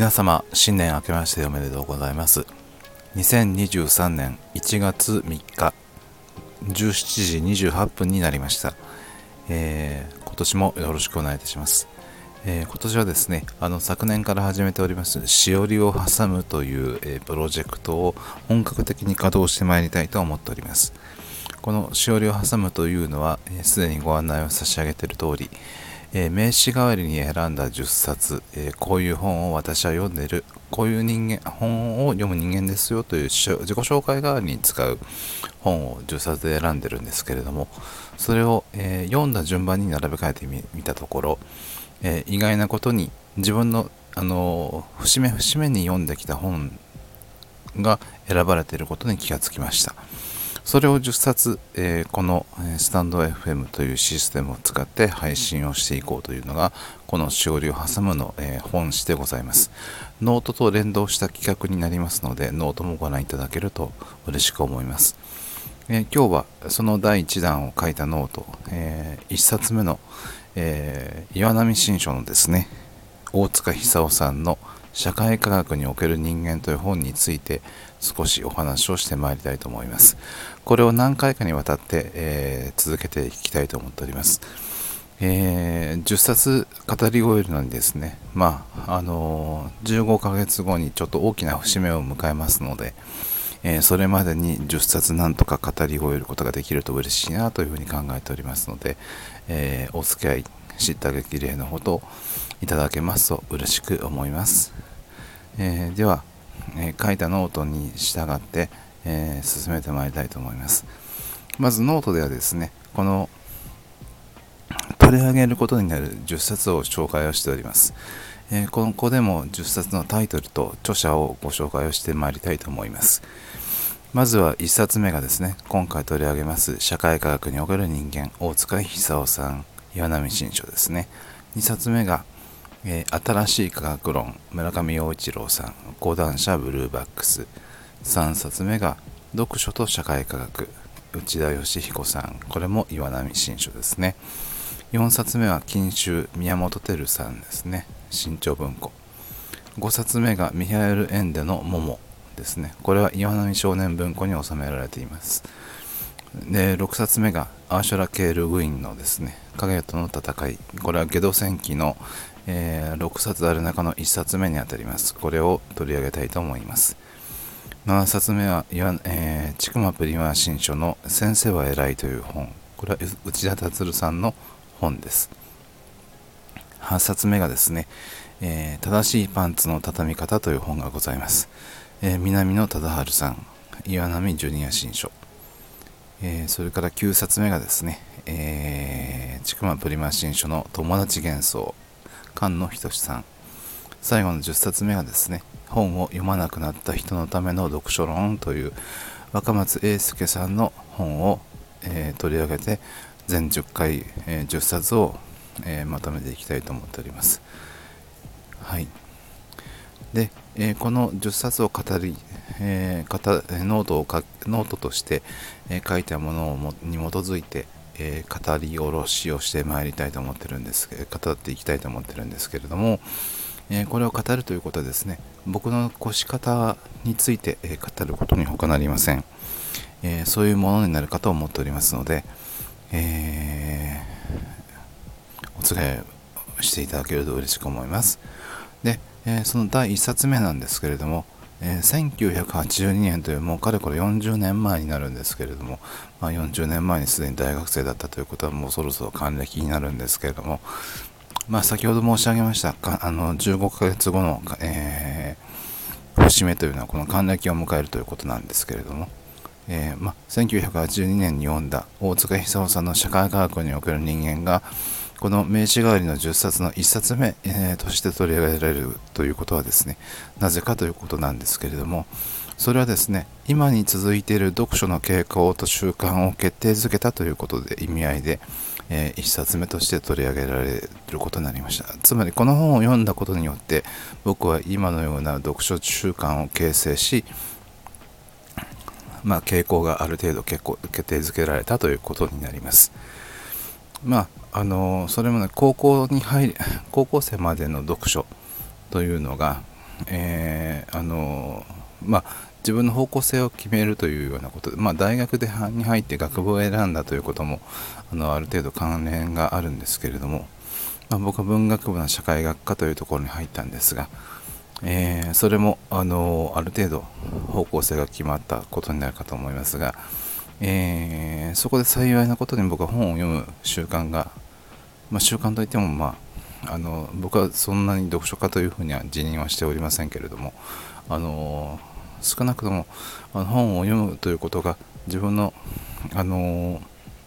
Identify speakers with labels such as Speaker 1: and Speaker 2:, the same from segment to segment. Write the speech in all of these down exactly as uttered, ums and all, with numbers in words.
Speaker 1: 皆様、新年明けましておめでとうございます。にせんにじゅうさんねんいちがつみっかじゅうしちじにじゅうはっぷんになりました。えー、今年もよろしくお願いいたします。えー、今年はですね、あの昨年から始めておりますしおりを挟むという、えー、プロジェクトを本格的に稼働してまいりたいと思っております。このしおりを挟むというのはすで、えー、にご案内を差し上げている通り、えー、名刺代わりに選んだじゅっさつ、えー、こういう本を私は読んでいる、こういう人間本を読む人間ですよという自己紹介代わりに使う本をじゅっさつで選んでるんですけれども、それを、えー、読んだ順番に並べ替えてみたところ、えー、意外なことに自分の、あのー、節目節目に読んできた本が選ばれていることに気がつきました。それをじゅっさつ、えー、このスタンド エフエム というシステムを使って配信をしていこうというのが、このしおりを挟むの、えー、本誌でございます。ノートと連動した企画になりますので、ノートもご覧いただけると嬉しく思います。えー、今日はそのだいいちだんを書いたノート、えー、いっさつめの、えー、岩波新書のですね、大塚久夫さんの社会科学における人間という本について少しお話をしてまいりたいと思います。これを何回かにわたって、えー、続けていきたいと思っております。えー、じゅっさつ語り終えるのにですね、まああのー、じゅうごかげつごにちょっと大きな節目を迎えますので、えー、それまでにじゅっさつなんとか語り終えることができると嬉しいなというふうに考えておりますので、えー、お付き合い知った激励のほどいただけますと嬉しく思います。えー、では、えー、書いたノートに従って、えー、進めてまいりたいと思います。まずノートではですね、この取り上げることになるじゅっさつを紹介をしております。えー、ここでもじゅっさつのタイトルと著者をご紹介をしてまいりたいと思います。まずはいっさつめがですね、今回取り上げます社会科学における人間、大塚久夫さん、岩波新書ですね。にさつめがえー、新しい科学論、村上陽一郎さん、講談社ブルーバックス。さんさつめが読書と社会科学、内田義彦さん、これも岩波新書ですね。よんさつめは金秋、宮本照さんですね、新潮文庫。ごさつめがミハエル・エンデの桃ですね、これは岩波少年文庫に収められています。でろくさつめがアーシュラ・ケール・ウィンのですね、影との戦い、これはゲド戦記のえー、ろくさつある中のいっさつめにあたります。これを取り上げたいと思います。ななさつめは、えー、ちくまプリマー新書の先生は偉いという本。これは内田達さんの本です。はっさつめがですね、えー、正しいパンツの畳み方という本がございます。えー、南野忠治さん、岩波ジュニア新書。えー、それからきゅうさつめがですね、えー、ちくまプリマー新書の友達幻想。菅野仁さん。最後のじゅっさつめがですね、本を読まなくなった人のための読書論という若松英介さんの本を、えー、取り上げて全じゅっかい、えー、じゅっさつを、えー、まとめていきたいと思っております。はい。で、えー、このじゅっさつを語り、えー、ノートをかノートとして、えー、書いたものをもに基づいてえー、語り下ろしをしてまいりたいと思ってるんですけど、語っていきたいと思ってるんですけれども、えー、これを語るということはですね、僕の腰方について、えー、語ることに他なりません。えー、そういうものになるかと思っておりますので、えー、お付き合いしていただけると嬉しく思います。で、えー、そのだいいっさつめなんですけれども、えー、せんきゅうひゃくはちじゅうにねんというもうかれこれよんじゅうねんまえになるんですけれども、まあ、よんじゅうねんまえにすでに大学生だったということはもうそろそろ還暦になるんですけれども、まあ、先ほど申し上げましたかあのじゅうごかげつごの、えー、節目というのはこの還暦を迎えるということなんですけれども、えーまあ、せんきゅうひゃくはちじゅうにねんに読んだ大塚久夫さんの社会科学における人間がこの名刺代わりのじゅっさつのいっさつめ、えー、として取り上げられるということはですね、なぜかということなんですけれども、それはですね、今に続いている読書の傾向と習慣を決定づけたということで意味合いで、えー、いっさつめとして取り上げられることになりました。つまりこの本を読んだことによって僕は今のような読書習慣を形成し、まあ、傾向がある程度結構決定づけられたということになります。まああのそれもね、高校に入り高校生までの読書というのが、 えー、あのまあ自分の方向性を決めるというようなことで、まあ、大学でに入って学部を選んだということもあのある程度関連があるんですけれども、まあ、僕は文学部の社会学科というところに入ったんですが、えー、それもあのある程度方向性が決まったことになるかと思いますが、えー、そこで幸いなことに僕は本を読む習慣が、まあ、習慣といっても、まあ、あの僕はそんなに読書家というふうには自認はしておりませんけれども、あの少なくともあの本を読むということが自分の、あの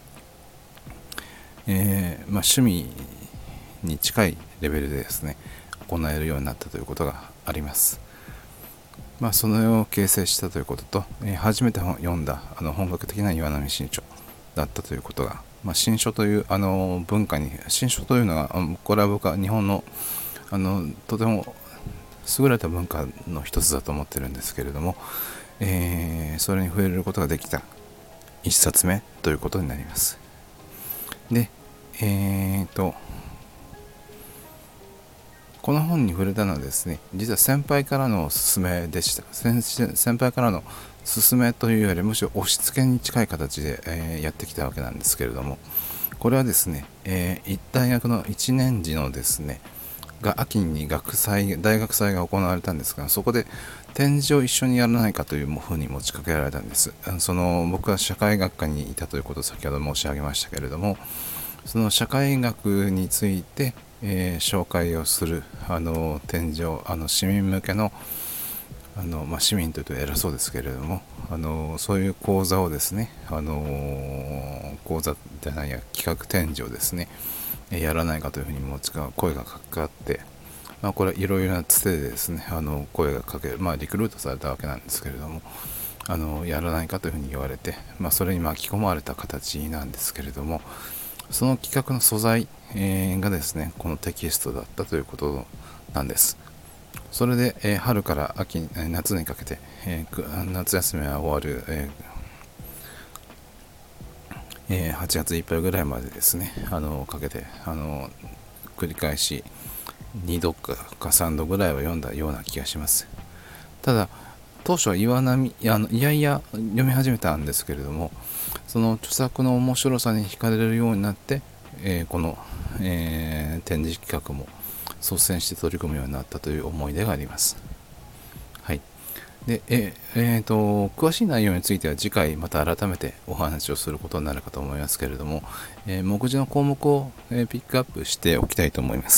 Speaker 1: えーまあ、趣味に近いレベルでですね行えるようになったということがあります。まあ、その絵を形成したということと、えー、初めて読んだあの本格的な岩波新書だったということが、まあ、新書というあの文化に、新書というのはこれは僕は日本のあのとても優れた文化の一つだと思ってるんですけれども、えー、それに触れることができた一冊目ということになります。で、えーとこの本に触れたのはですね、実は先輩からの勧めでした。先, 先輩からの勧めというよりむしろ押し付けに近い形で、えー、やってきたわけなんですけれども、これはですね、えー、大学のいちねん時のですねが秋に学祭大学祭が行われたんですが、そこで展示を一緒にやらないかというふうに持ちかけられたんです。その僕は社会学科にいたということを先ほど申し上げましたけれども、その社会学について、えー、紹介をするあの展示をあの市民向けの、あの、まあ、市民というと偉そうですけれども、あのそういう講座をですね、あの講座じゃないや企画展示をですねやらないかというふうに持ちか声がかかって、まあ、これはいろいろなつてでですねあの声がかける、まあ、リクルートされたわけなんですけれども、あのやらないかというふうに言われて、まあ、それに巻き込まれた形なんですけれども、その企画の素材、えー、がですねこのテキストだったということなんです。それで、えー、春から秋、夏にかけて、えー、夏休みは終わる、えーえー、はちがついっぱいぐらいまでですねあのかけてあの繰り返しにどかさんどぐらいは読んだような気がします。ただ当初は岩波いやあのいやいや読み始めたんですけれども、その著作の面白さに惹かれるようになって、えー、この、えー、展示企画も率先して取り組むようになったという思い出があります。はい。で、ええー、と詳しい内容については次回また改めてお話をすることになるかと思いますけれども、えー、目次の項目を、えー、ピックアップしておきたいと思います。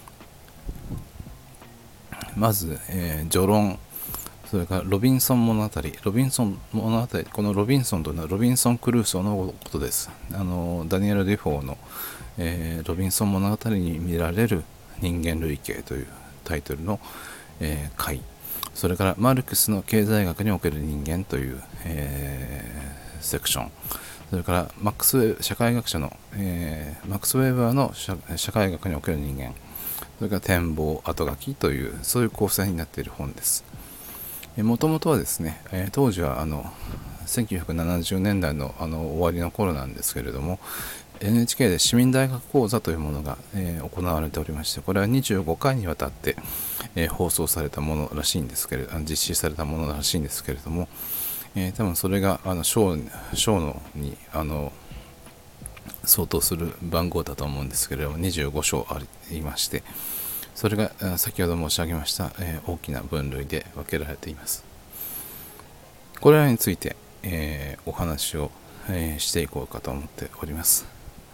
Speaker 1: まず、えー、序論、それからロビンソン物語、ロビンソン物語、このロビンソンというのはロビンソン・クルーソーのことです。あのダニエル・デフォーの、えー、ロビンソン物語に見られる人間類型というタイトルの、えー、回、それからマルクスの経済学における人間という、えー、セクション、それからマックスウェ社会学者の、えー、マックス・ウェーバーの 社, 社会学における人間、それから展望後書きというそういう構成になっている本です。もともとはですね、えー、当時はあのせんきゅうひゃくななじゅうねんだい の, あの終わりの頃なんですけれども、 エヌエイチケー で市民大学講座というものが、えー、行われておりまして、これはにじゅうごかいにわたって、えー、放送されたものらしいんですけれど実施されたものらしいんですけれども、えー、多分それがあの賞のにあの相当する番号だと思うんですけれども、にじゅうごしょうありまして、それが先ほど申し上げました、えー、大きな分類で分けられています。これらについて、えー、お話を、えー、していこうかと思っております。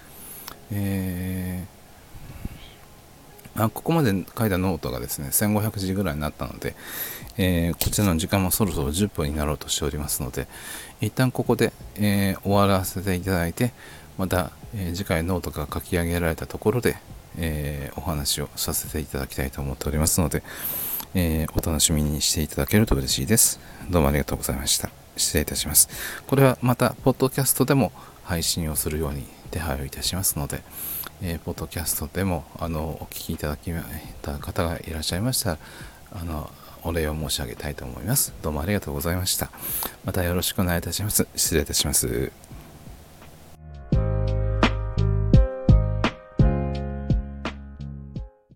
Speaker 1: えー、あここまで書いたノートがですねせんごひゃくじぐらいになったので、えー、こちらの時間もそろそろじゅっぷんになろうとしておりますので、一旦ここで、えー、終わらせていただいて、また、えー、次回ノートが書き上げられたところで、えー、お話をさせていただきたいと思っておりますので、えー、お楽しみにしていただけると嬉しいです。どうもありがとうございました。失礼いたします。これはまたポッドキャストでも配信をするように手配をいたしますので、えー、ポッドキャストでもあのお聞きいただきた方がいらっしゃいましたら、あのお礼を申し上げたいと思います。どうもありがとうございました。またよろしくお願いいたします。失礼いたします。